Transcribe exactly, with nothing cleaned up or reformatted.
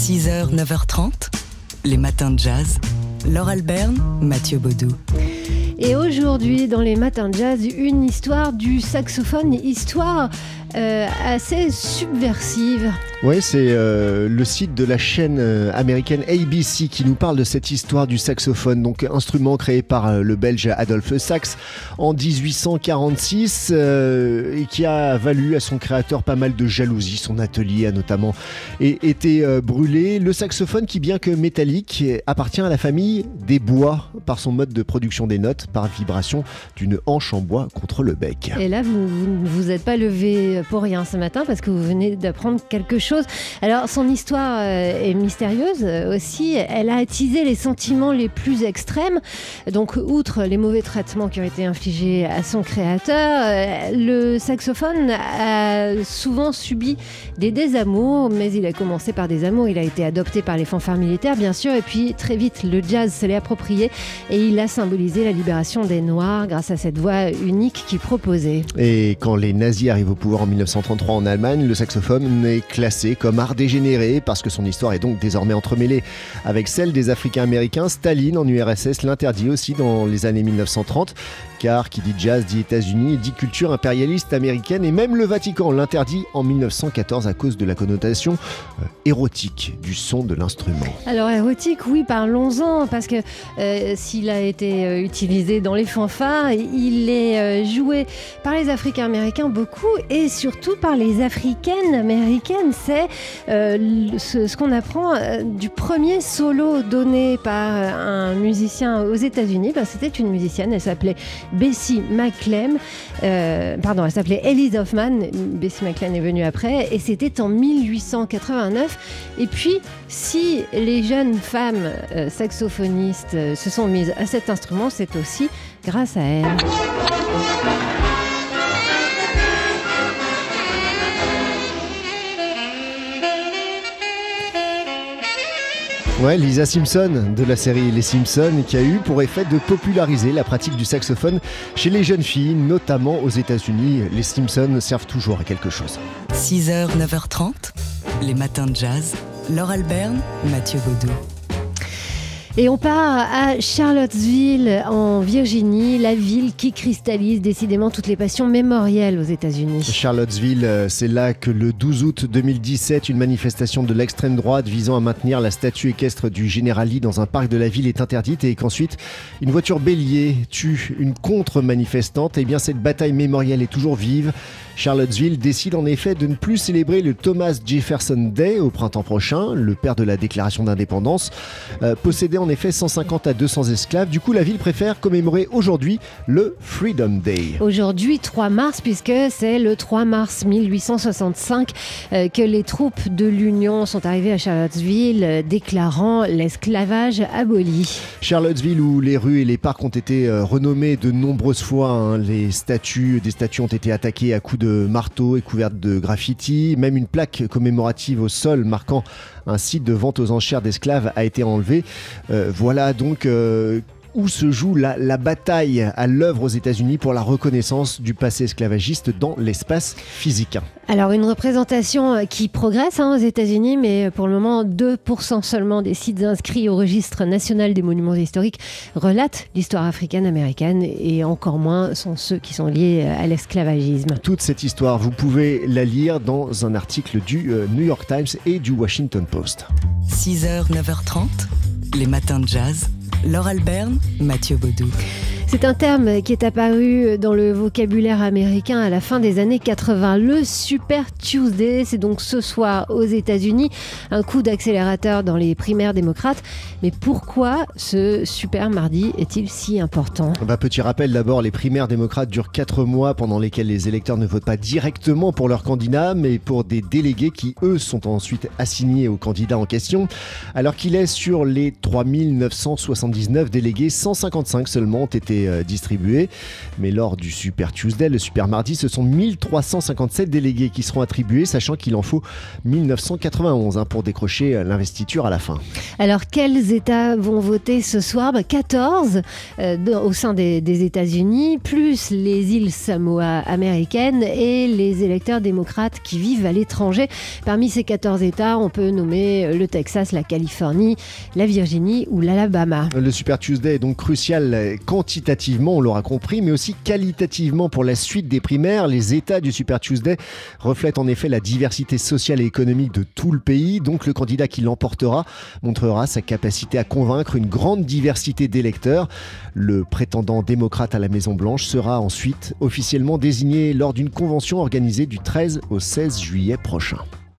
six heures, neuf heures trente, les matins de jazz. Laure Alberne, Mathieu Baudou. Et aujourd'hui, dans les matins de jazz, une histoire du saxophone, histoire euh, assez subversive. Oui, c'est euh, le site de la chaîne euh, américaine A B C qui nous parle de cette histoire du saxophone, donc instrument créé par euh, le Belge Adolphe Sax en dix-huit cent quarante-six euh, et qui a valu à son créateur pas mal de jalousie. Son atelier a notamment été euh, brûlé. Le saxophone, qui bien que métallique, appartient à la famille des bois par son mode de production des notes, par vibration d'une hanche en bois contre le bec. Et là, vous ne vous êtes pas levé pour rien ce matin parce que vous venez d'apprendre quelque chose. Alors, son histoire euh, est mystérieuse aussi. Elle a attisé les sentiments les plus extrêmes. Donc, outre les mauvais traitements qui ont été infligés à son créateur, euh, le saxophone a souvent subi des désamours, mais il a commencé par des amours. Il a été adopté par les fanfares militaires, bien sûr, et puis très vite, le jazz se l'est approprié et il a symbolisé la libération des Noirs grâce à cette voix unique qu'il proposait. Et quand les nazis arrivent au pouvoir en dix-neuf cent trente-trois en Allemagne, le saxophone est classé comme art dégénéré parce que son histoire est donc désormais entremêlée avec celle des Africains-Américains. Staline en U R S S l'interdit aussi dans les années dix-neuf cent trente, car qui dit jazz dit États-Unis, dit culture impérialiste américaine, et même le Vatican l'interdit en dix-neuf cent quatorze à cause de la connotation euh, érotique du son de l'instrument. Alors érotique, oui, parlons-en, parce que euh, s'il a été euh, utilisé dans les fanfares, il est euh, joué par les Africains-Américains beaucoup, et surtout par les Africaines-Américaines. C'est euh, ce, ce qu'on apprend euh, du premier solo donné par un musicien aux États-Unis. Ben, c'était une musicienne, elle s'appelait Bessie McClem, euh, pardon, elle s'appelait Elise Hoffman. Bessie McClem est venue après, et c'était en dix-huit cent quatre-vingt-neuf. Et puis, si les jeunes femmes euh, saxophonistes euh, se sont mises à cet instrument, c'est aussi grâce à elle. Ouais, Lisa Simpson de la série Les Simpsons, qui a eu pour effet de populariser la pratique du saxophone chez les jeunes filles, notamment aux États-Unis. Les Simpsons servent toujours à quelque chose. six heures, neuf heures trente, les matins de jazz. Laure Alberne, Mathieu Baudou. Et on part à Charlottesville, en Virginie, la ville qui cristallise décidément toutes les passions mémorielles aux États-Unis. Charlottesville, c'est là que le douze août deux mille dix-sept, une manifestation de l'extrême droite visant à maintenir la statue équestre du général Lee dans un parc de la ville est interdite, et qu'ensuite une voiture bélier tue une contre-manifestante. Et bien cette bataille mémorielle est toujours vive. Charlottesville décide en effet de ne plus célébrer le Thomas Jefferson Day au printemps prochain, le père de la déclaration d'indépendance, euh, possédait en effet cent cinquante à deux cents esclaves. Du coup, la ville préfère commémorer aujourd'hui le Freedom Day. Aujourd'hui, trois mars, puisque c'est le trois mars mille huit cent soixante-cinq euh, que les troupes de l'Union sont arrivées à Charlottesville, euh, déclarant l'esclavage aboli. Charlottesville, où les rues et les parcs ont été euh, renommés de nombreuses fois, hein. Les statues, des statues ont été attaquées à coups de de marteau et couvertes de graffiti. Même une plaque commémorative au sol marquant un site de vente aux enchères d'esclaves a été enlevée. Euh, voilà donc euh, où se joue la, la bataille à l'œuvre aux États-Unis pour la reconnaissance du passé esclavagiste dans l'espace physique. Alors une représentation qui progresse hein, aux États-Unis, mais pour le moment deux pour cent seulement des sites inscrits au registre national des monuments historiques relatent l'histoire africaine-américaine, et encore moins sont ceux qui sont liés à l'esclavagisme. Toute cette histoire, vous pouvez la lire dans un article du euh, New York Times et du Washington Post. six heures, neuf heures trente, les matins de jazz. Laure Alberne, Mathieu Baudou. C'est un terme qui est apparu dans le vocabulaire américain à la fin des années quatre-vingts. Le Super Tuesday, c'est donc ce soir aux États-Unis. Un coup d'accélérateur dans les primaires démocrates. Mais pourquoi ce Super Mardi est-il si important ? Bah, petit rappel d'abord, les primaires démocrates durent quatre mois pendant lesquels les électeurs ne votent pas directement pour leur candidat, mais pour des délégués qui, eux, sont ensuite assignés au candidat en question. Alors qu'il est sur les trois mille neuf cent soixante-dix-neuf délégués, cent cinquante-cinq seulement ont été été euh, distribués. Mais lors du Super Tuesday, le Super Mardi, ce sont mille trois cent cinquante-sept délégués qui seront attribués, sachant qu'il en faut mille neuf cent quatre-vingt-onze hein, pour décrocher euh, l'investiture à la fin. Alors, quels États vont voter ce soir ? bah, quatorze euh, de, au sein des, des États-Unis, plus les îles Samoa américaines et les électeurs démocrates qui vivent à l'étranger. Parmi ces quatorze États, on peut nommer le Texas, la Californie, la Virginie ou l'Alabama. Le Super Tuesday est donc crucial quantitativement, on l'aura compris, mais aussi qualitativement pour la suite des primaires. Les États du Super Tuesday reflètent en effet la diversité sociale et économique de tout le pays. Donc le candidat qui l'emportera montrera sa capacité à convaincre une grande diversité d'électeurs. Le prétendant démocrate à la Maison-Blanche sera ensuite officiellement désigné lors d'une convention organisée du treize au seize juillet prochain.